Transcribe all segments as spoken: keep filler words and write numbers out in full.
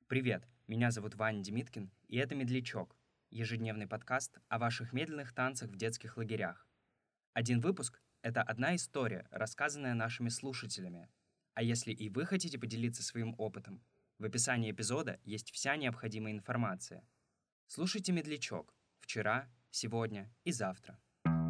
Привет, меня зовут Ваня Демиткин, и это «Медлячок» — ежедневный подкаст о ваших медленных танцах в детских лагерях. Один выпуск — это одна история, рассказанная нашими слушателями. А если и вы хотите поделиться своим опытом, в описании эпизода есть вся необходимая информация. Слушайте «Медлячок» вчера, сегодня и завтра.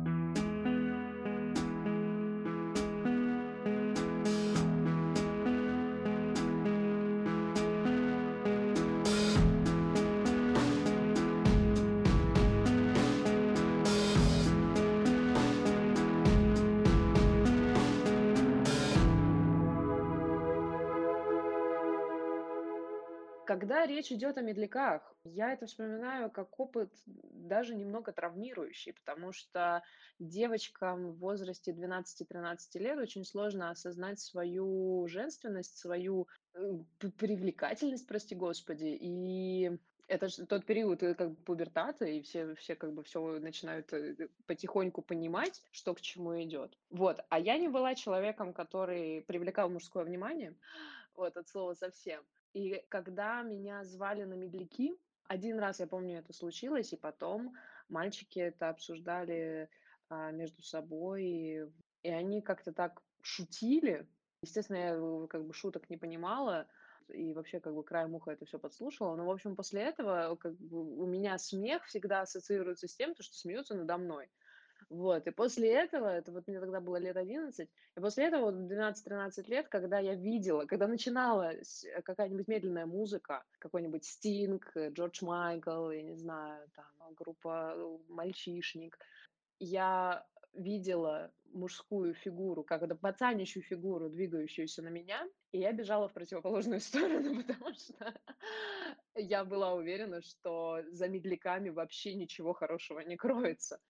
Когда речь идет о медляках, я это вспоминаю как опыт даже немного травмирующий, потому что девочкам в возрасте двенадцати-тринадцати лет очень сложно осознать свою женственность, свою, э, п привлекательность, прости господи. И это ж тот период, э, как бы пубертата, и все все как бы всё начинают, э, потихоньку понимать, что к чему идет. Вот, а я не была человеком, который привлекал мужское внимание, вот, от слова совсем. И когда меня звали на медляки, один раз, я помню, это случилось, и потом мальчики это обсуждали, а, между собой, и они как-то так шутили. Естественно, я, э, как бы шуток не понимала и вообще как бы краем уха это всё подслушивала. Но, в общем, после этого как бы у меня смех всегда ассоциируется с тем, то что смеются надо мной. Вот, и после этого, это вот мне тогда было лет одиннадцать, и после этого вот в двенадцать-тринадцать лет, когда я видела, когда начиналась какая-нибудь медленная музыка, какой-нибудь Sting, Джордж Майкл, я не знаю, там группа, э, Мальчишник, я видела мужскую фигуру, как это, пацаничью фигуру, двигающуюся на меня, и я бежала в противоположную сторону, потому что я была уверена, что за медляками вообще ничего хорошего не кроется.